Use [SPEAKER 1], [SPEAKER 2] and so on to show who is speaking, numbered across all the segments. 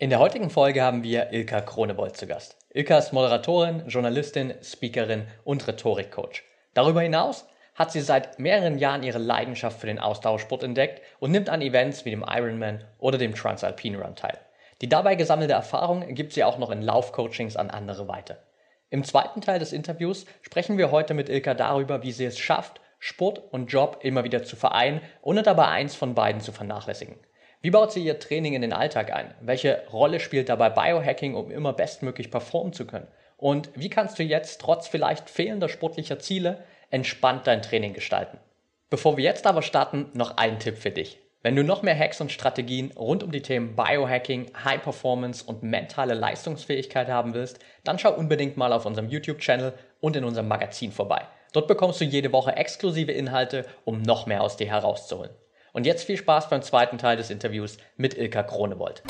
[SPEAKER 1] In der heutigen Folge haben wir Ilka Kronebold zu Gast. Ilka ist Moderatorin, Journalistin, Speakerin und Rhetorikcoach. Darüber hinaus hat sie seit mehreren Jahren ihre Leidenschaft für den Ausdauersport entdeckt und nimmt an Events wie dem Ironman oder dem Transalpine Run teil. Die dabei gesammelte Erfahrung gibt sie auch noch in Laufcoachings an andere weiter. Im zweiten Teil des Interviews sprechen wir heute mit Ilka darüber, wie sie es schafft, Sport und Job immer wieder zu vereinen, ohne dabei eins von beiden zu vernachlässigen. Wie baut sie ihr Training in den Alltag ein? Welche Rolle spielt dabei Biohacking, um immer bestmöglich performen zu können? Und wie kannst du jetzt trotz vielleicht fehlender sportlicher Ziele entspannt dein Training gestalten? Bevor wir jetzt aber starten, noch ein Tipp für dich. Wenn du noch mehr Hacks und Strategien rund um die Themen Biohacking, High Performance und mentale Leistungsfähigkeit haben willst, dann schau unbedingt mal auf unserem YouTube-Channel und in unserem Magazin vorbei. Dort bekommst du jede Woche exklusive Inhalte, um noch mehr aus dir herauszuholen. Und jetzt viel Spaß beim zweiten Teil des Interviews mit Ilka Kronebold.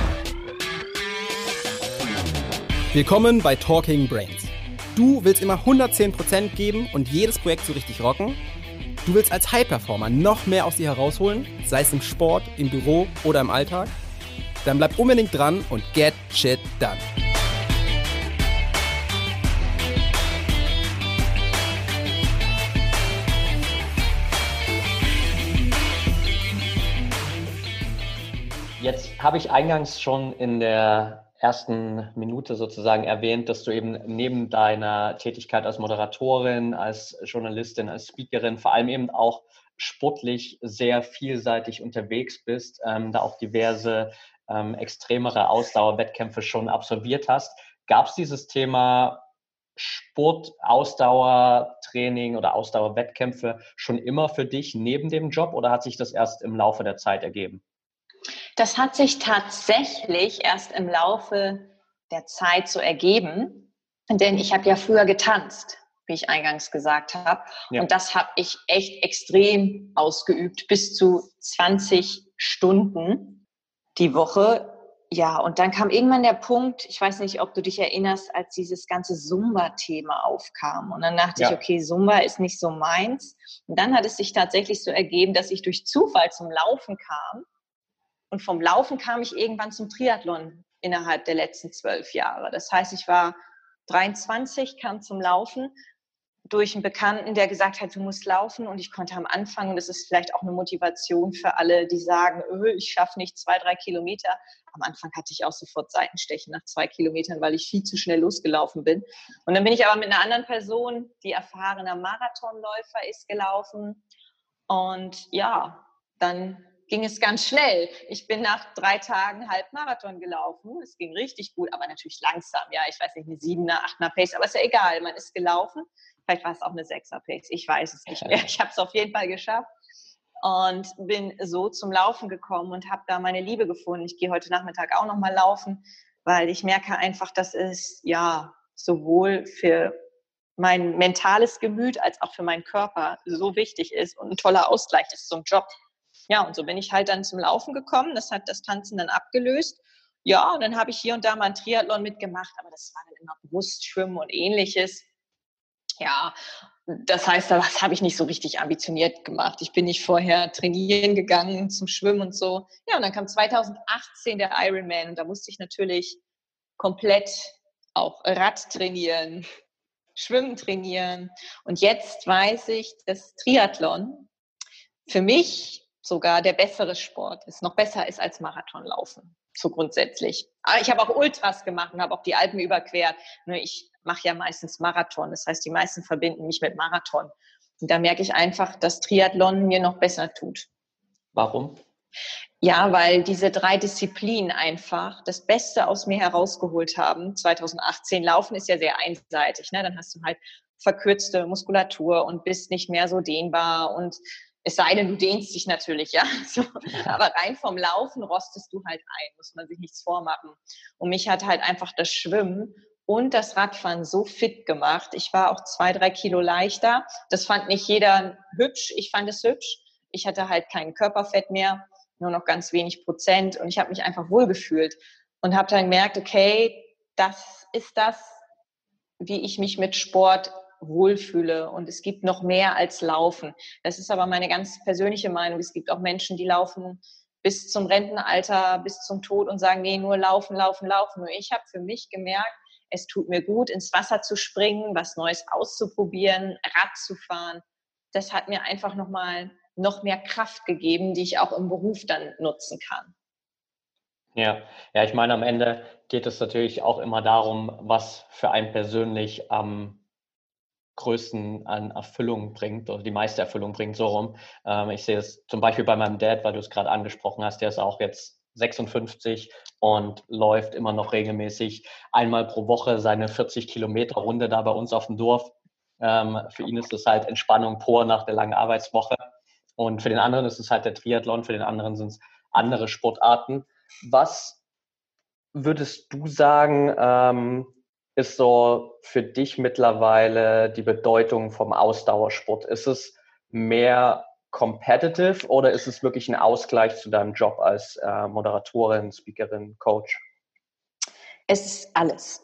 [SPEAKER 2] Willkommen bei Talking Brains. Du willst immer 110% geben und jedes Projekt so richtig rocken? Du willst als High-Performer noch mehr aus dir herausholen, sei es im Sport, im Büro oder im Alltag? Dann bleib unbedingt dran und get shit done.
[SPEAKER 1] Jetzt habe ich eingangs schon in der ersten Minute sozusagen erwähnt, dass du eben neben deiner Tätigkeit als Moderatorin, als Journalistin, als Speakerin vor allem eben auch sportlich sehr vielseitig unterwegs bist, da auch diverse extremere Ausdauerwettkämpfe schon absolviert hast. Gab es dieses Thema Sport, Ausdauertraining oder Ausdauerwettkämpfe schon immer für dich neben dem Job oder hat sich das erst im Laufe der Zeit ergeben?
[SPEAKER 3] Das hat sich tatsächlich erst im Laufe der Zeit so ergeben, denn ich habe ja früher getanzt, wie ich eingangs gesagt habe. Ja. Und das habe ich echt extrem ausgeübt, bis zu 20 Stunden die Woche. Ja, und dann kam irgendwann der Punkt, ich weiß nicht, ob du dich erinnerst, als dieses ganze Zumba-Thema aufkam. Und dann dachte ich, okay, Zumba ist nicht so meins. Und dann hat es sich tatsächlich so ergeben, dass ich durch Zufall zum Laufen kam. Und vom Laufen kam ich irgendwann zum Triathlon innerhalb der letzten 12 Jahre. Das heißt, ich war 23, kam zum Laufen durch einen Bekannten, der gesagt hat, du musst laufen. Und ich konnte am Anfang, und das ist vielleicht auch eine Motivation für alle, die sagen, ich schaffe nicht 2-3 Kilometer. Am Anfang hatte ich auch sofort Seitenstechen nach 2 Kilometern, weil ich viel zu schnell losgelaufen bin. Und dann bin ich aber mit einer anderen Person, die erfahrener Marathonläufer ist, gelaufen. Und ja, dann ging es ganz schnell. Ich bin nach 3 Tagen Halbmarathon gelaufen. Es ging richtig gut, aber natürlich langsam. Ja, ich weiß nicht, eine 7er, 8er Pace, aber ist ja egal. Man ist gelaufen. Vielleicht war es auch eine 6er Pace. Ich weiß es nicht mehr. Ich habe es auf jeden Fall geschafft und bin so zum Laufen gekommen und habe da meine Liebe gefunden. Ich gehe heute Nachmittag auch nochmal laufen, weil ich merke einfach, dass es ja sowohl für mein mentales Gemüt als auch für meinen Körper so wichtig ist und ein toller Ausgleich ist zum Job. Ja, und so bin ich halt dann zum Laufen gekommen. Das hat das Tanzen dann abgelöst. Ja, und dann habe ich hier und da mal einen Triathlon mitgemacht, aber das war dann immer Brustschwimmen und Ähnliches. Ja, das heißt, das habe ich nicht so richtig ambitioniert gemacht. Ich bin nicht vorher trainieren gegangen zum Schwimmen und so. Ja, und dann kam 2018 der Ironman und da musste ich natürlich komplett auch Rad trainieren, Schwimmen trainieren. Und jetzt weiß ich, dass Triathlon für mich sogar der bessere Sport ist, noch besser ist als Marathonlaufen, so grundsätzlich. Aber ich habe auch Ultras gemacht und habe auch die Alpen überquert. Nur ich mache ja meistens Marathon. Das heißt, die meisten verbinden mich mit Marathon. Und da merke ich einfach, dass Triathlon mir noch besser tut.
[SPEAKER 1] Warum?
[SPEAKER 3] Ja, weil diese 3 Disziplinen einfach das Beste aus mir herausgeholt haben. 2018 Laufen ist ja sehr einseitig, ne? Dann hast du halt verkürzte Muskulatur und bist nicht mehr so dehnbar und es sei denn, du dehnst dich natürlich, ja. So. Aber rein vom Laufen rostest du halt ein, muss man sich nichts vormachen. Und mich hat halt einfach das Schwimmen und das Radfahren so fit gemacht. Ich war auch 2-3 Kilo leichter. Das fand nicht jeder hübsch. Ich fand es hübsch. Ich hatte halt kein Körperfett mehr, nur noch ganz wenig Prozent. Und ich habe mich einfach wohlgefühlt und habe dann gemerkt, okay, das ist das, wie ich mich mit Sport wohlfühle und es gibt noch mehr als Laufen. Das ist aber meine ganz persönliche Meinung. Es gibt auch Menschen, die laufen bis zum Rentenalter, bis zum Tod und sagen, nee, nur laufen, laufen, laufen. Nur ich habe für mich gemerkt, es tut mir gut, ins Wasser zu springen, was Neues auszuprobieren, Rad zu fahren. Das hat mir einfach noch mehr Kraft gegeben, die ich auch im Beruf dann nutzen kann.
[SPEAKER 1] Ja, ich meine, am Ende geht es natürlich auch immer darum, was für einen persönlich am größten an Erfüllung bringt oder die meiste Erfüllung bringt, so rum. Ich sehe es zum Beispiel bei meinem Dad, weil du es gerade angesprochen hast, der ist auch jetzt 56 und läuft immer noch regelmäßig einmal pro Woche seine 40 Kilometer Runde da bei uns auf dem Dorf. Für ihn ist es halt Entspannung pur nach der langen Arbeitswoche. Und für den anderen ist es halt der Triathlon, für den anderen sind es andere Sportarten. Was würdest du sagen, ist so für dich mittlerweile die Bedeutung vom Ausdauersport? Ist es mehr competitive oder ist es wirklich ein Ausgleich zu deinem Job als Moderatorin, Speakerin, Coach?
[SPEAKER 3] Es ist alles.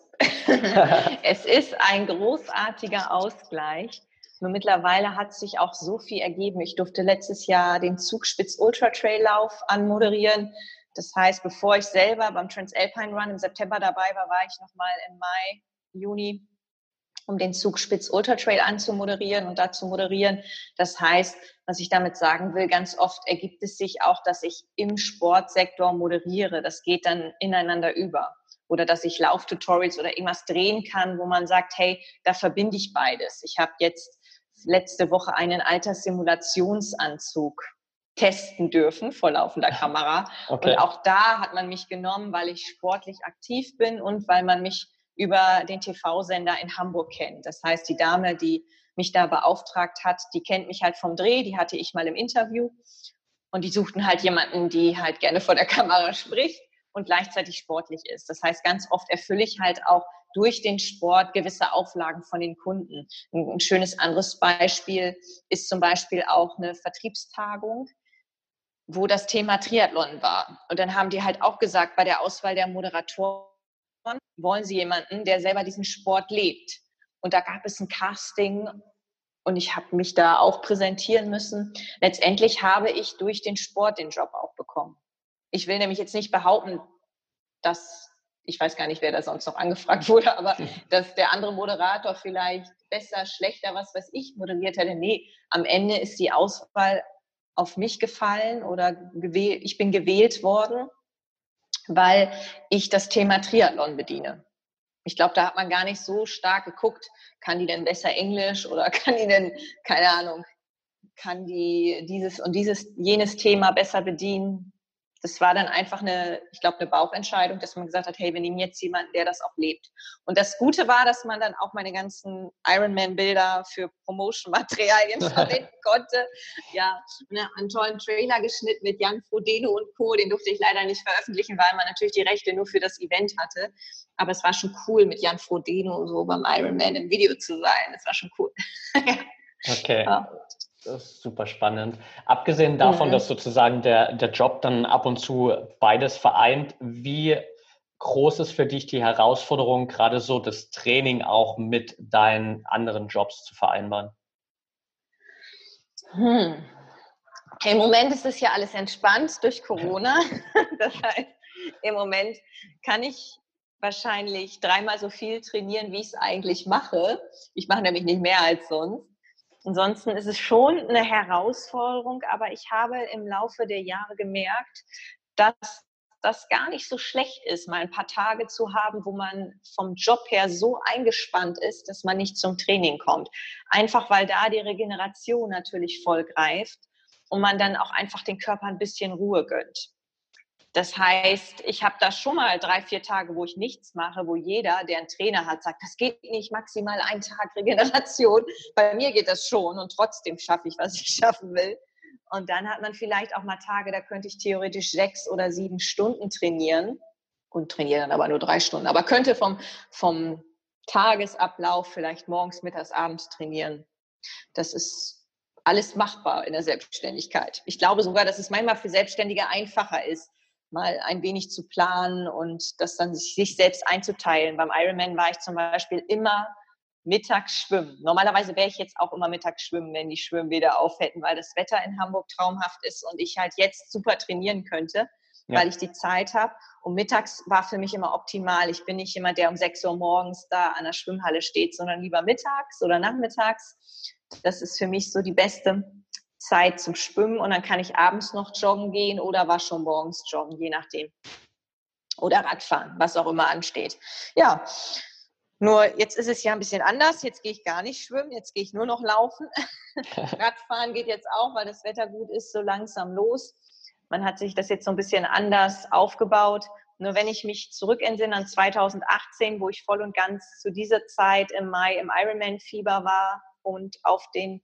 [SPEAKER 3] Es ist ein großartiger Ausgleich. Nur mittlerweile hat sich auch so viel ergeben. Ich durfte letztes Jahr den Zugspitz Ultra Trail Lauf anmoderieren. Das heißt, bevor ich selber beim Transalpine Run im September dabei war, war ich nochmal im Mai, Juni, um den Zugspitz Ultra Trail anzumoderieren und da zu moderieren. Das heißt, was ich damit sagen will, ganz oft ergibt es sich auch, dass ich im Sportsektor moderiere. Das geht dann ineinander über. Oder dass ich Lauftutorials oder irgendwas drehen kann, wo man sagt, hey, da verbinde ich beides. Ich habe jetzt letzte Woche einen Alterssimulationsanzug testen dürfen vor laufender Kamera. Okay. Und auch da hat man mich genommen, weil ich sportlich aktiv bin und weil man mich über den TV-Sender in Hamburg kennt. Das heißt, die Dame, die mich da beauftragt hat, die kennt mich halt vom Dreh, die hatte ich mal im Interview und die suchten halt jemanden, die halt gerne vor der Kamera spricht und gleichzeitig sportlich ist. Das heißt, ganz oft erfülle ich halt auch durch den Sport gewisse Auflagen von den Kunden. Ein schönes anderes Beispiel ist zum Beispiel auch eine Vertriebstagung, wo das Thema Triathlon war. Und dann haben die halt auch gesagt, bei der Auswahl der Moderatoren wollen sie jemanden, der selber diesen Sport lebt. Und da gab es ein Casting und ich habe mich da auch präsentieren müssen. Letztendlich habe ich durch den Sport den Job auch bekommen. Ich will nämlich jetzt nicht behaupten, dass, ich weiß gar nicht, wer da sonst noch angefragt wurde, aber dass der andere Moderator vielleicht besser, schlechter, was weiß ich, moderiert hätte. Nee, am Ende ist die Auswahl auf mich gefallen oder ich bin gewählt worden, weil ich das Thema Triathlon bediene. Ich glaube, da hat man gar nicht so stark geguckt, kann die denn besser Englisch oder kann die denn, keine Ahnung, kann die dieses und jenes Thema besser bedienen. Das war dann einfach eine Bauchentscheidung, dass man gesagt hat, hey, wir nehmen jetzt jemanden, der das auch lebt. Und das Gute war, dass man dann auch meine ganzen Ironman-Bilder für Promotion-Materialien verwenden konnte. Ja, einen tollen Trailer geschnitten mit Jan Frodeno und Co. Den durfte ich leider nicht veröffentlichen, weil man natürlich die Rechte nur für das Event hatte. Aber es war schon cool, mit Jan Frodeno so beim Ironman im Video zu sein. Das war schon cool.
[SPEAKER 1] Okay. Ja. Das ist super spannend. Abgesehen davon, dass sozusagen der Job dann ab und zu beides vereint, wie groß ist für dich die Herausforderung, gerade so das Training auch mit deinen anderen Jobs zu vereinbaren?
[SPEAKER 3] Im Moment ist es ja alles entspannt durch Corona. Das heißt, im Moment kann ich wahrscheinlich 3-mal so viel trainieren, wie ich es eigentlich mache. Ich mache nämlich nicht mehr als sonst. Ansonsten ist es schon eine Herausforderung, aber ich habe im Laufe der Jahre gemerkt, dass das gar nicht so schlecht ist, mal ein paar Tage zu haben, wo man vom Job her so eingespannt ist, dass man nicht zum Training kommt. Einfach weil da die Regeneration natürlich voll greift und man dann auch einfach den Körper ein bisschen Ruhe gönnt. Das heißt, ich habe da schon mal 3-4 Tage, wo ich nichts mache, wo jeder, der einen Trainer hat, sagt, das geht nicht, maximal 1 Tag Regeneration. Bei mir geht das schon und trotzdem schaffe ich, was ich schaffen will. Und dann hat man vielleicht auch mal Tage, da könnte ich theoretisch 6 oder 7 Stunden trainieren und trainiere dann aber nur 3 Stunden. Aber könnte vom Tagesablauf vielleicht morgens, mittags, abends trainieren. Das ist alles machbar in der Selbstständigkeit. Ich glaube sogar, dass es manchmal für Selbstständige einfacher ist, mal ein wenig zu planen und das dann sich selbst einzuteilen. Beim Ironman war ich zum Beispiel immer mittags schwimmen. Normalerweise wäre ich jetzt auch immer mittags schwimmen, wenn die Schwimmbäder auf hätten, weil das Wetter in Hamburg traumhaft ist und ich halt jetzt super trainieren könnte, weil ich die Zeit habe. Und mittags war für mich immer optimal. Ich bin nicht jemand, der um 6 Uhr morgens da an der Schwimmhalle steht, sondern lieber mittags oder nachmittags. Das ist für mich so die beste Zeit zum Schwimmen. Und dann kann ich abends noch joggen gehen oder war schon morgens joggen, je nachdem. Oder Radfahren, was auch immer ansteht. Ja, nur jetzt ist es ja ein bisschen anders. Jetzt gehe ich gar nicht schwimmen, jetzt gehe ich nur noch laufen. Radfahren geht jetzt auch, weil das Wetter gut ist, so langsam los. Man hat sich das jetzt so ein bisschen anders aufgebaut. Nur wenn ich mich zurückentsinne an 2018, wo ich voll und ganz zu dieser Zeit im Mai im Ironman-Fieber war und auf den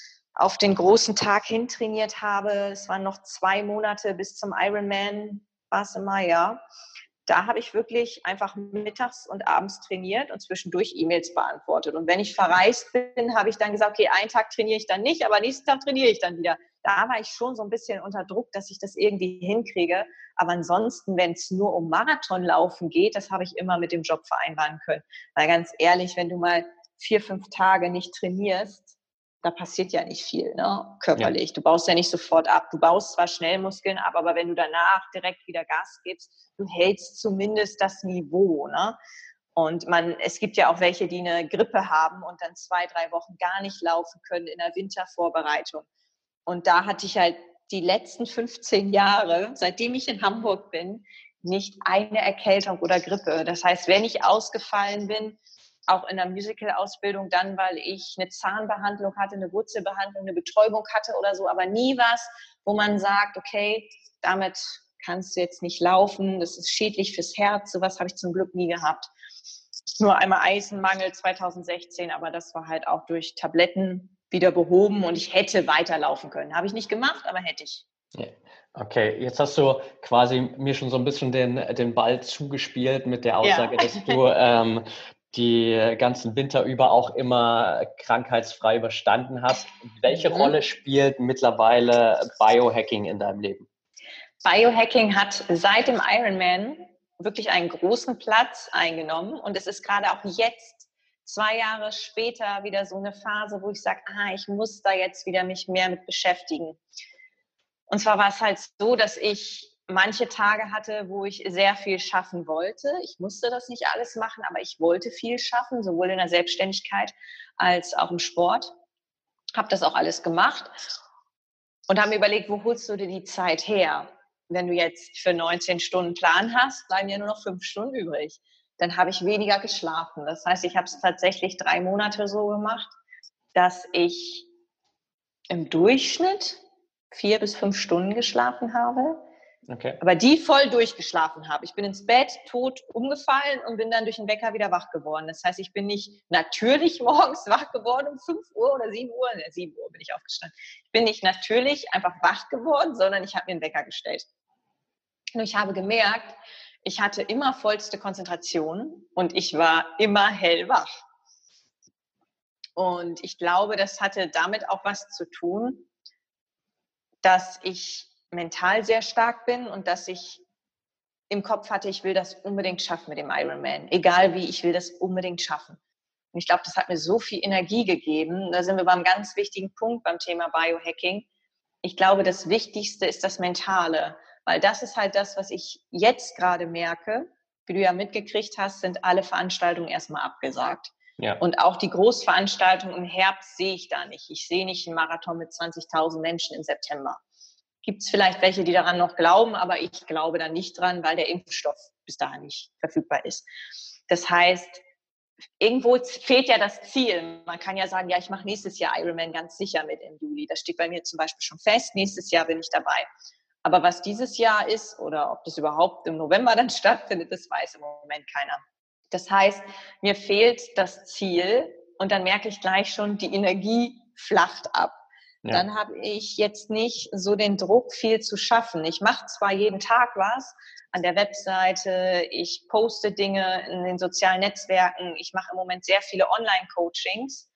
[SPEAKER 3] großen Tag hin trainiert habe. Es waren noch 2 Monate bis zum Ironman, war es im Mai, ja. Da habe ich wirklich einfach mittags und abends trainiert und zwischendurch E-Mails beantwortet. Und wenn ich verreist bin, habe ich dann gesagt, okay, einen Tag trainiere ich dann nicht, aber nächsten Tag trainiere ich dann wieder. Da war ich schon so ein bisschen unter Druck, dass ich das irgendwie hinkriege. Aber ansonsten, wenn es nur um Marathonlaufen geht, das habe ich immer mit dem Job vereinbaren können. Weil ganz ehrlich, wenn du mal 4, 5 Tage nicht trainierst, da passiert ja nicht viel, ne, körperlich. Ja. Du baust ja nicht sofort ab. Du baust zwar schnell Muskeln ab, aber wenn du danach direkt wieder Gas gibst, du hältst zumindest das Niveau, ne? Und es gibt ja auch welche, die eine Grippe haben und dann 2, 3 Wochen gar nicht laufen können in der Wintervorbereitung. Und da hatte ich halt die letzten 15 Jahre, seitdem ich in Hamburg bin, nicht eine Erkältung oder Grippe. Das heißt, wenn ich ausgefallen bin, auch in der Musical-Ausbildung dann, weil ich eine Zahnbehandlung hatte, eine Wurzelbehandlung, eine Betäubung hatte oder so, aber nie was, wo man sagt, okay, damit kannst du jetzt nicht laufen, das ist schädlich fürs Herz, sowas habe ich zum Glück nie gehabt. Nur einmal Eisenmangel 2016, aber das war halt auch durch Tabletten wieder behoben und ich hätte weiterlaufen können. Habe ich nicht gemacht, aber hätte ich.
[SPEAKER 1] Okay, jetzt hast du quasi mir schon so ein bisschen den Ball zugespielt mit der Aussage, dass du die ganzen Winter über auch immer krankheitsfrei überstanden hast. Welche Rolle spielt mittlerweile Biohacking in deinem Leben?
[SPEAKER 3] Biohacking hat seit dem Ironman wirklich einen großen Platz eingenommen und es ist gerade auch jetzt, 2 Jahre später, wieder so eine Phase, wo ich sage, ich muss da jetzt wieder mich mehr mit beschäftigen. Und zwar war es halt so, dass ich manche Tage hatte, wo ich sehr viel schaffen wollte. Ich musste das nicht alles machen, aber ich wollte viel schaffen, sowohl in der Selbstständigkeit als auch im Sport. Habe das auch alles gemacht und habe mir überlegt, wo holst du dir die Zeit her? Wenn du jetzt für 19 Stunden Plan hast, bleiben ja nur noch 5 Stunden übrig. Dann habe ich weniger geschlafen. Das heißt, ich habe es tatsächlich 3 Monate so gemacht, dass ich im Durchschnitt 4 bis 5 Stunden geschlafen habe. Okay. Aber die voll durchgeschlafen habe. Ich bin ins Bett, tot umgefallen und bin dann durch den Wecker wieder wach geworden. Das heißt, ich bin nicht natürlich morgens wach geworden um 5 Uhr oder 7 Uhr. 7 Uhr bin ich aufgestanden. Ich bin nicht natürlich einfach wach geworden, sondern ich habe mir einen Wecker gestellt. Und ich habe gemerkt, ich hatte immer vollste Konzentration und ich war immer hellwach. Und ich glaube, das hatte damit auch was zu tun, dass ich mental sehr stark bin und dass ich im Kopf hatte, ich will das unbedingt schaffen mit dem Ironman. Egal wie, ich will das unbedingt schaffen. Und ich glaube, das hat mir so viel Energie gegeben. Da sind wir beim ganz wichtigen Punkt beim Thema Biohacking. Ich glaube, das Wichtigste ist das Mentale, weil das ist halt das, was ich jetzt gerade merke. Wie du ja mitgekriegt hast, sind alle Veranstaltungen erstmal abgesagt. Ja. Und auch die Großveranstaltungen im Herbst sehe ich da nicht. Ich sehe nicht einen Marathon mit 20.000 Menschen im September. Gibt es vielleicht welche, die daran noch glauben, aber ich glaube da nicht dran, weil der Impfstoff bis dahin nicht verfügbar ist. Das heißt, irgendwo fehlt ja das Ziel. Man kann ja sagen, ja, ich mache nächstes Jahr Ironman ganz sicher mit im Juli. Das steht bei mir zum Beispiel schon fest. Nächstes Jahr bin ich dabei. Aber was dieses Jahr ist oder ob das überhaupt im November dann stattfindet, das weiß im Moment keiner. Das heißt, mir fehlt das Ziel und dann merke ich gleich schon, die Energie flacht ab. Ja. Dann habe ich jetzt nicht so den Druck, viel zu schaffen. Ich mache zwar jeden Tag was an der Webseite, ich poste Dinge in den sozialen Netzwerken, ich mache im Moment sehr viele Online-Coachings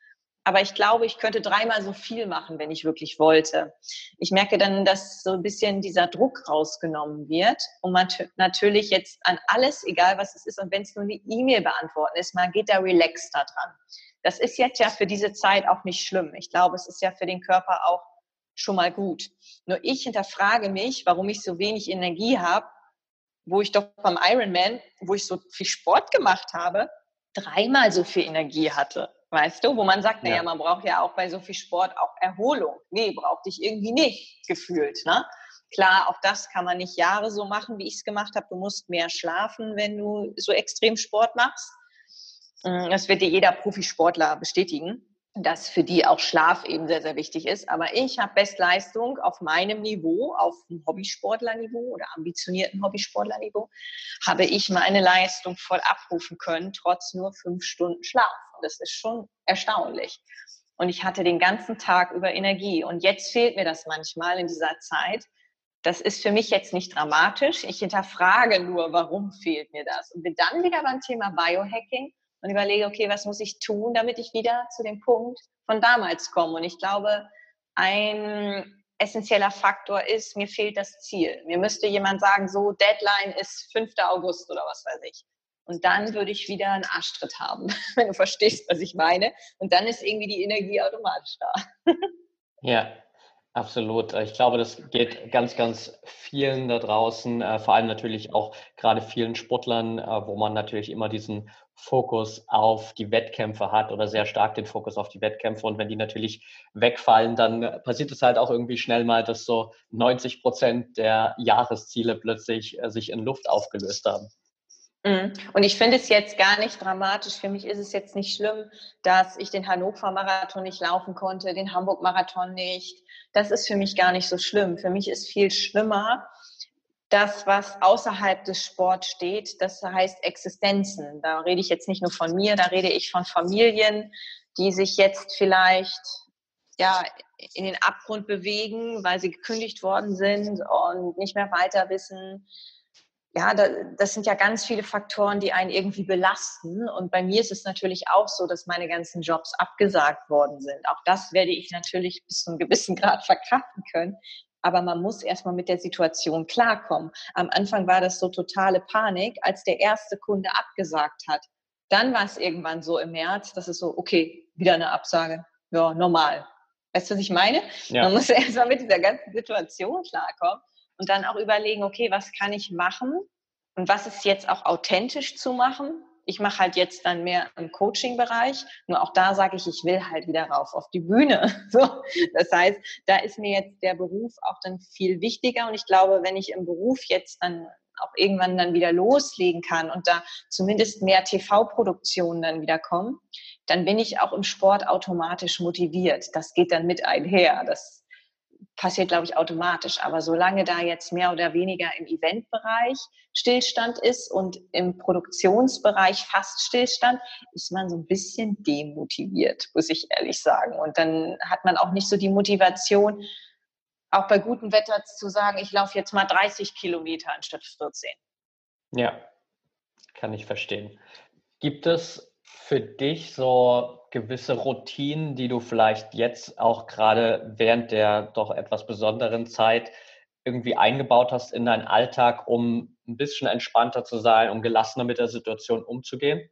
[SPEAKER 3] Aber ich glaube, ich könnte 3-mal so viel machen, wenn ich wirklich wollte. Ich merke dann, dass so ein bisschen dieser Druck rausgenommen wird und man natürlich jetzt an alles, egal was es ist, und wenn es nur eine E-Mail beantworten ist, man geht da relaxter dran. Das ist jetzt ja für diese Zeit auch nicht schlimm. Ich glaube, es ist ja für den Körper auch schon mal gut. Nur ich hinterfrage mich, warum ich so wenig Energie habe, wo ich doch beim Ironman, wo ich so viel Sport gemacht habe, 3-mal so viel Energie hatte. Weißt du, wo man sagt, naja, man braucht ja auch bei so viel Sport auch Erholung. Nee, brauchte ich irgendwie nicht, gefühlt. Ne? Klar, auch das kann man nicht Jahre so machen, wie ich es gemacht habe. Du musst mehr schlafen, wenn du so extrem Sport machst. Das wird dir jeder Profisportler bestätigen, dass für die auch Schlaf eben sehr, sehr wichtig ist. Aber ich habe Bestleistung auf meinem Niveau, auf dem Hobbysportlerniveau oder ambitionierten Hobbysportlerniveau, habe ich meine Leistung voll abrufen können, trotz nur 5 Stunden Schlaf. Und das ist schon erstaunlich. Und ich hatte den ganzen Tag über Energie. Und jetzt fehlt mir das manchmal in dieser Zeit. Das ist für mich jetzt nicht dramatisch. Ich hinterfrage nur, warum fehlt mir das? Und bin dann wieder beim Thema Biohacking und überlege, okay, was muss ich tun, damit ich wieder zu dem Punkt von damals komme? Und ich glaube, ein essentieller Faktor ist, mir fehlt das Ziel. Mir müsste jemand sagen, so Deadline ist 5. August oder was weiß ich. Und dann würde ich wieder einen Arschtritt haben, wenn du verstehst, was ich meine. Und dann ist irgendwie die Energie automatisch da.
[SPEAKER 1] Ja, absolut. Ich glaube, das geht ganz, ganz vielen da draußen, vor allem natürlich auch gerade vielen Sportlern, wo man natürlich immer diesen Fokus auf die Wettkämpfe hat oder sehr stark den Fokus auf die Wettkämpfe. Und wenn die natürlich wegfallen, dann passiert es halt auch irgendwie schnell mal, dass so 90% der Jahresziele plötzlich sich in Luft aufgelöst haben.
[SPEAKER 3] Und ich finde es jetzt gar nicht dramatisch. Für mich ist es jetzt nicht schlimm, dass ich den Hannover-Marathon nicht laufen konnte, den Hamburg-Marathon nicht. Das ist für mich gar nicht so schlimm. Für mich ist viel schlimmer das, was außerhalb des Sports steht. Das heißt Existenzen. Da rede ich jetzt nicht nur von mir, da rede ich von Familien, die sich jetzt vielleicht in den Abgrund bewegen, weil sie gekündigt worden sind und nicht mehr weiter wissen. Ja, das sind ja ganz viele Faktoren, die einen irgendwie belasten. Und bei mir ist es natürlich auch so, dass meine ganzen Jobs abgesagt worden sind. Auch das werde ich natürlich bis zu einem gewissen Grad verkraften können. Aber man muss erstmal mit der Situation klarkommen. Am Anfang war das so totale Panik, als der erste Kunde abgesagt hat. Dann war es irgendwann so im März, dass es so, okay, wieder eine Absage. Ja, normal. Weißt du, was ich meine? Ja. Man muss erstmal mit dieser ganzen Situation klarkommen. Und dann auch überlegen, okay, was kann ich machen und was ist jetzt auch authentisch zu machen? Ich mache halt jetzt dann mehr im Coaching-Bereich, nur auch da sage ich, ich will halt wieder rauf auf die Bühne. So, das heißt, da ist mir jetzt der Beruf auch dann viel wichtiger und ich glaube, wenn ich im Beruf jetzt dann auch irgendwann dann wieder loslegen kann und da zumindest mehr TV-Produktionen dann wieder kommen, dann bin ich auch im Sport automatisch motiviert. Das geht dann mit einher. Das passiert, glaube ich, automatisch. Aber solange da jetzt mehr oder weniger im Eventbereich Stillstand ist und im Produktionsbereich fast Stillstand, ist man so ein bisschen demotiviert, muss ich ehrlich sagen. Und dann hat man auch nicht so die Motivation, auch bei gutem Wetter zu sagen, ich laufe jetzt mal 30 Kilometer anstatt 14.
[SPEAKER 1] Ja, kann ich verstehen. Gibt es für dich so gewisse Routinen, die du vielleicht jetzt auch gerade während der doch etwas besonderen Zeit irgendwie eingebaut hast in deinen Alltag, um ein bisschen entspannter zu sein, um gelassener mit der Situation umzugehen?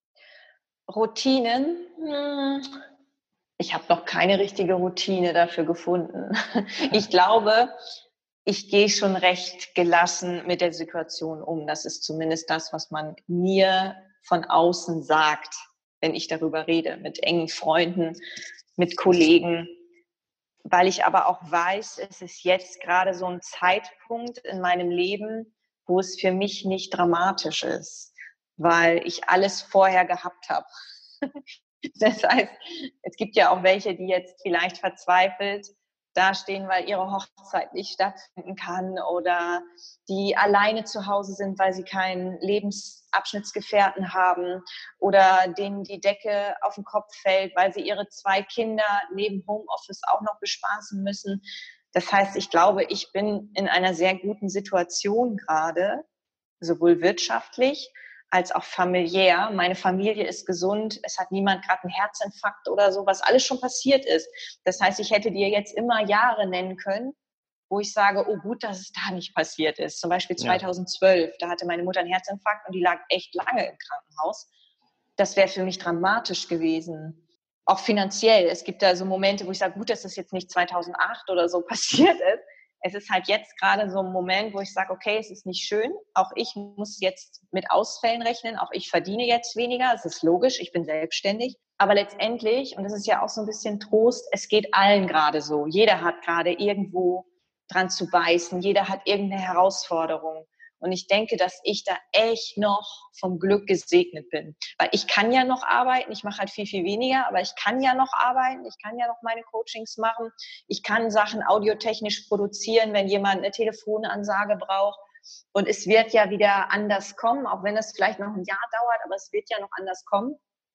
[SPEAKER 3] Routinen? Ich habe noch keine richtige Routine dafür gefunden. Ich glaube, ich gehe schon recht gelassen mit der Situation um. Das ist zumindest das, was man mir von außen sagt, wenn ich darüber rede, mit engen Freunden, mit Kollegen, weil ich aber auch weiß, es ist jetzt gerade so ein Zeitpunkt in meinem Leben, wo es für mich nicht dramatisch ist, weil ich alles vorher gehabt habe. Das heißt, es gibt ja auch welche, die jetzt vielleicht verzweifelt dastehen, weil ihre Hochzeit nicht stattfinden kann oder die alleine zu Hause sind, weil sie keinen Lebensabschnittsgefährten haben oder denen die Decke auf den Kopf fällt, weil sie ihre 2 Kinder neben Homeoffice auch noch bespaßen müssen. Das heißt, ich glaube, ich bin in einer sehr guten Situation gerade, sowohl wirtschaftlich als auch familiär. Meine Familie ist gesund, es hat niemand gerade einen Herzinfarkt oder so, was alles schon passiert ist. Das heißt, ich hätte dir jetzt immer Jahre nennen können, wo ich sage, oh gut, dass es da nicht passiert ist. Zum Beispiel 2012, da hatte meine Mutter einen Herzinfarkt und die lag echt lange im Krankenhaus. Das wäre für mich dramatisch gewesen. Auch finanziell. Es gibt da so Momente, wo ich sage, gut, dass das jetzt nicht 2008 oder so passiert ist. Es ist halt jetzt gerade so ein Moment, wo ich sage, okay, es ist nicht schön. Auch ich muss jetzt mit Ausfällen rechnen. Auch ich verdiene jetzt weniger. Es ist logisch, ich bin selbstständig. Aber letztendlich, und das ist ja auch so ein bisschen Trost, es geht allen gerade so. Jeder hat gerade irgendwo dran zu beißen. Jeder hat irgendeine Herausforderung. Und ich denke, dass ich da echt noch vom Glück gesegnet bin. Weil ich kann ja noch arbeiten, ich mache halt viel, viel weniger, aber ich kann ja noch arbeiten, ich kann ja noch meine Coachings machen, ich kann Sachen audiotechnisch produzieren, wenn jemand eine Telefonansage braucht. Und es wird ja wieder anders kommen, auch wenn es vielleicht noch ein Jahr dauert, aber es wird ja noch anders kommen.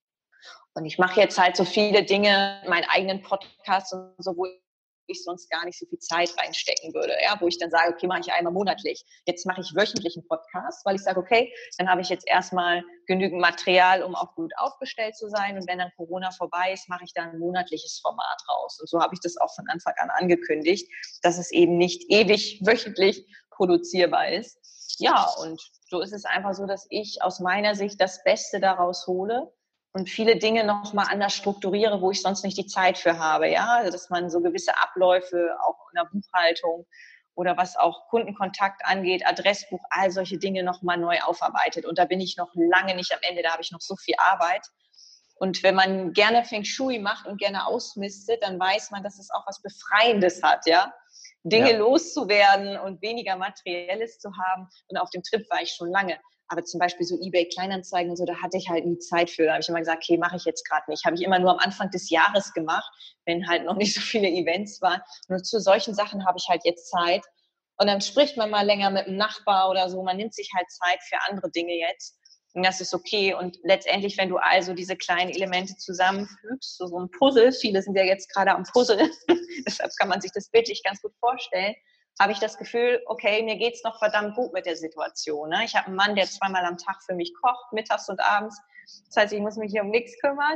[SPEAKER 3] Und ich mache jetzt halt so viele Dinge, meinen eigenen Podcast und so, wo ich sonst gar nicht so viel Zeit reinstecken würde, ja, wo ich dann sage, okay, mache ich einmal monatlich. Jetzt mache ich wöchentlich einen Podcast, weil ich sage, okay, dann habe ich jetzt erstmal genügend Material, um auch gut aufgestellt zu sein. Und wenn dann Corona vorbei ist, mache ich dann ein monatliches Format raus. Und so habe ich das auch von Anfang an angekündigt, dass es eben nicht ewig wöchentlich produzierbar ist. Ja, und so ist es einfach so, dass ich aus meiner Sicht das Beste daraus hole und viele Dinge nochmal anders strukturiere, wo ich sonst nicht die Zeit für habe, ja, also, dass man so gewisse Abläufe auch in der Buchhaltung oder was auch Kundenkontakt angeht, Adressbuch, all solche Dinge nochmal neu aufarbeitet. Und da bin ich noch lange nicht am Ende, da habe ich noch so viel Arbeit. Und wenn man gerne Feng Shui macht und gerne ausmistet, dann weiß man, dass es auch was Befreiendes hat, ja, Dinge loszuwerden und weniger Materielles zu haben. Und auf dem Trip war ich schon lange. Aber zum Beispiel so eBay-Kleinanzeigen und so, da hatte ich halt nie Zeit für. Da habe ich immer gesagt, okay, mache ich jetzt gerade nicht. Habe ich immer nur am Anfang des Jahres gemacht, wenn halt noch nicht so viele Events waren. Und zu solchen Sachen habe ich halt jetzt Zeit. Und dann spricht man mal länger mit einem Nachbar oder so. Man nimmt sich halt Zeit für andere Dinge jetzt. Und das ist okay. Und letztendlich, wenn du also diese kleinen Elemente zusammenfügst, so ein Puzzle, viele sind ja jetzt gerade am Puzzle, deshalb kann man sich das bildlich ganz gut vorstellen, habe ich das Gefühl, okay, mir geht's noch verdammt gut mit der Situation. Ne? Ich habe einen Mann, der 2-mal am Tag für mich kocht, mittags und abends. Das heißt, ich muss mich hier um nichts kümmern.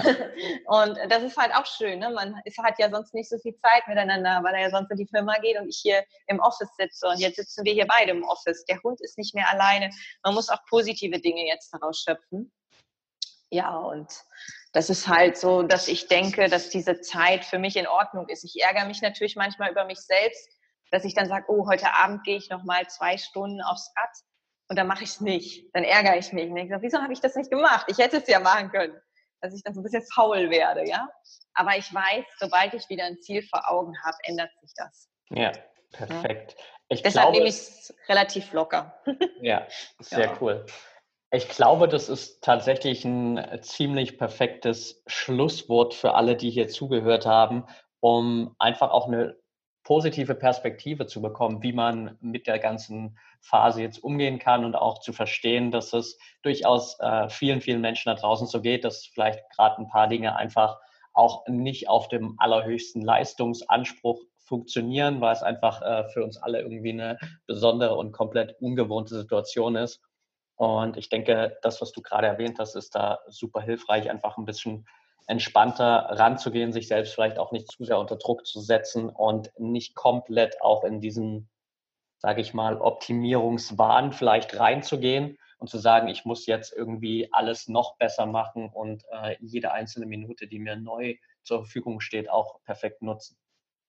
[SPEAKER 3] Und das ist halt auch schön. Ne? Man hat ja sonst nicht so viel Zeit miteinander, weil er ja sonst in die Firma geht und ich hier im Office sitze. Und jetzt sitzen wir hier beide im Office. Der Hund ist nicht mehr alleine. Man muss auch positive Dinge jetzt daraus schöpfen. Ja, und das ist halt so, dass ich denke, dass diese Zeit für mich in Ordnung ist. Ich ärgere mich natürlich manchmal über mich selbst, dass ich dann sage, oh, heute Abend gehe ich nochmal 2 Stunden aufs Rad und dann mache ich es nicht. Dann ärgere ich mich. Und denke, wieso habe ich das nicht gemacht? Ich hätte es ja machen können. Dass ich dann so ein bisschen faul werde, ja. Aber ich weiß, sobald ich wieder ein Ziel vor Augen habe, ändert sich das.
[SPEAKER 1] Ja, perfekt.
[SPEAKER 3] Ja. Deshalb nehme ich es relativ locker.
[SPEAKER 1] Ja, sehr cool. Ich glaube, das ist tatsächlich ein ziemlich perfektes Schlusswort für alle, die hier zugehört haben, um einfach auch eine positive Perspektive zu bekommen, wie man mit der ganzen Phase jetzt umgehen kann und auch zu verstehen, dass es durchaus vielen, vielen Menschen da draußen so geht, dass vielleicht gerade ein paar Dinge einfach auch nicht auf dem allerhöchsten Leistungsanspruch funktionieren, weil es einfach für uns alle irgendwie eine besondere und komplett ungewohnte Situation ist. Und ich denke, das, was du gerade erwähnt hast, ist da super hilfreich, einfach ein bisschen entspannter ranzugehen, sich selbst vielleicht auch nicht zu sehr unter Druck zu setzen und nicht komplett auch in diesen, sage ich mal, Optimierungswahn vielleicht reinzugehen und zu sagen, ich muss jetzt irgendwie alles noch besser machen und jede einzelne Minute, die mir neu zur Verfügung steht, auch perfekt nutzen.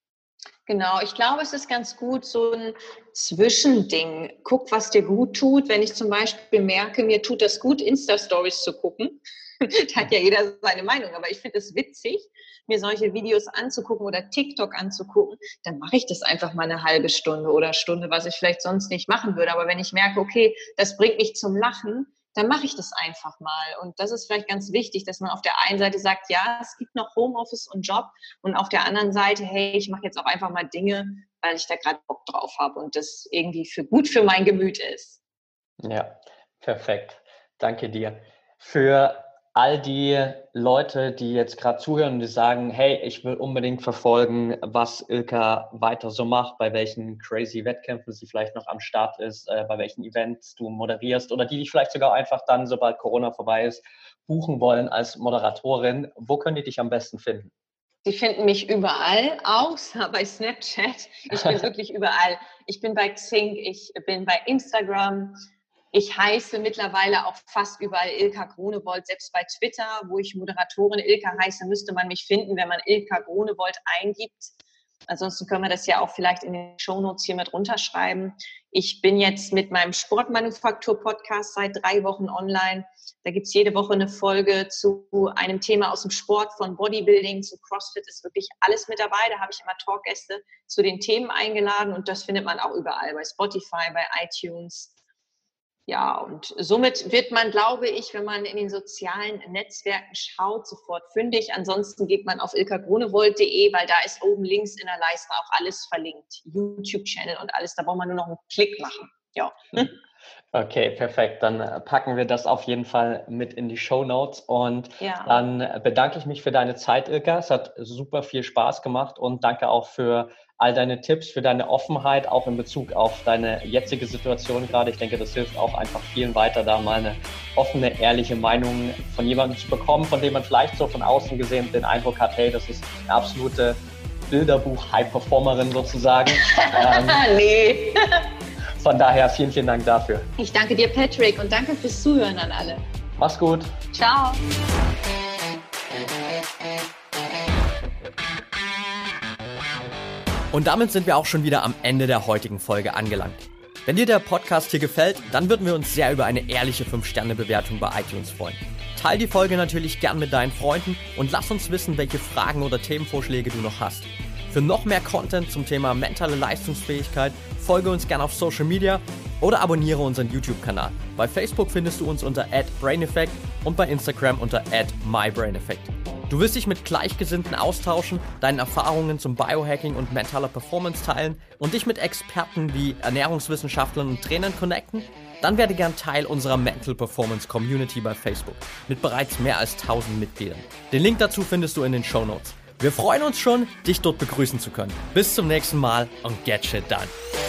[SPEAKER 3] Genau, ich glaube, es ist ganz gut, so ein Zwischending. Guck, was dir gut tut. Wenn ich zum Beispiel merke, mir tut das gut, Insta-Stories zu gucken, da hat ja jeder seine Meinung, aber ich finde es witzig, mir solche Videos anzugucken oder TikTok anzugucken, dann mache ich das einfach mal eine halbe Stunde oder Stunde, was ich vielleicht sonst nicht machen würde. Aber wenn ich merke, okay, das bringt mich zum Lachen, dann mache ich das einfach mal. Und das ist vielleicht ganz wichtig, dass man auf der einen Seite sagt, ja, es gibt noch Homeoffice und Job und auf der anderen Seite, hey, ich mache jetzt auch einfach mal Dinge, weil ich da gerade Bock drauf habe und das irgendwie gut für mein Gemüt ist.
[SPEAKER 1] Ja, perfekt. Danke dir. Für all die Leute, die jetzt gerade zuhören und die sagen, hey, ich will unbedingt verfolgen, was Ilka weiter so macht, bei welchen crazy Wettkämpfen sie vielleicht noch am Start ist, bei welchen Events du moderierst oder die dich vielleicht sogar einfach dann, sobald Corona vorbei ist, buchen wollen als Moderatorin. Wo können die dich am besten finden?
[SPEAKER 3] Sie finden mich überall, außer bei Snapchat. Ich bin wirklich überall. Ich bin bei Xing, ich bin bei Instagram. Ich heiße mittlerweile auch fast überall Ilka Gronewold, selbst bei Twitter, wo ich Moderatorin Ilka heiße, müsste man mich finden, wenn man Ilka Gronewold eingibt. Ansonsten können wir das ja auch vielleicht in den Shownotes hier mit runterschreiben. Ich bin jetzt mit meinem Sportmanufaktur-Podcast seit 3 Wochen online. Da gibt's jede Woche eine Folge zu einem Thema aus dem Sport, von Bodybuilding zu CrossFit, ist wirklich alles mit dabei. Da habe ich immer Talkgäste zu den Themen eingeladen und das findet man auch überall, bei Spotify, bei iTunes. Ja, und somit wird man, glaube ich, wenn man in den sozialen Netzwerken schaut, sofort fündig. Ansonsten geht man auf ilkagronewold.de, weil da ist oben links in der Leiste auch alles verlinkt. YouTube-Channel und alles, da braucht man nur noch einen Klick machen. Ja.
[SPEAKER 1] Okay, perfekt. Dann packen wir das auf jeden Fall mit in die Shownotes und dann bedanke ich mich für deine Zeit, Ilka. Es hat super viel Spaß gemacht und danke auch für all deine Tipps, für deine Offenheit, auch in Bezug auf deine jetzige Situation gerade. Ich denke, das hilft auch einfach vielen weiter, da mal eine offene, ehrliche Meinung von jemandem zu bekommen, von dem man vielleicht so von außen gesehen den Eindruck hat, hey, das ist eine absolute Bilderbuch-High-Performerin sozusagen.
[SPEAKER 3] Nee.
[SPEAKER 1] Von daher vielen, vielen Dank dafür.
[SPEAKER 3] Ich danke dir, Patrick, und danke fürs Zuhören an alle.
[SPEAKER 1] Mach's gut.
[SPEAKER 3] Ciao.
[SPEAKER 2] Und damit sind wir auch schon wieder am Ende der heutigen Folge angelangt. Wenn dir der Podcast hier gefällt, dann würden wir uns sehr über eine ehrliche 5-Sterne-Bewertung bei iTunes freuen. Teil die Folge natürlich gern mit deinen Freunden und lass uns wissen, welche Fragen oder Themenvorschläge du noch hast. Für noch mehr Content zum Thema mentale Leistungsfähigkeit folge uns gerne auf Social Media oder abonniere unseren YouTube-Kanal. Bei Facebook findest du uns unter @braineffect und bei Instagram unter @mybraineffect. Du willst dich mit Gleichgesinnten austauschen, deine Erfahrungen zum Biohacking und mentaler Performance teilen und dich mit Experten wie Ernährungswissenschaftlern und Trainern connecten? Dann werde gern Teil unserer Mental Performance Community bei Facebook mit bereits mehr als 1000 Mitgliedern. Den Link dazu findest du in den Shownotes. Wir freuen uns schon, dich dort begrüßen zu können. Bis zum nächsten Mal und get shit done.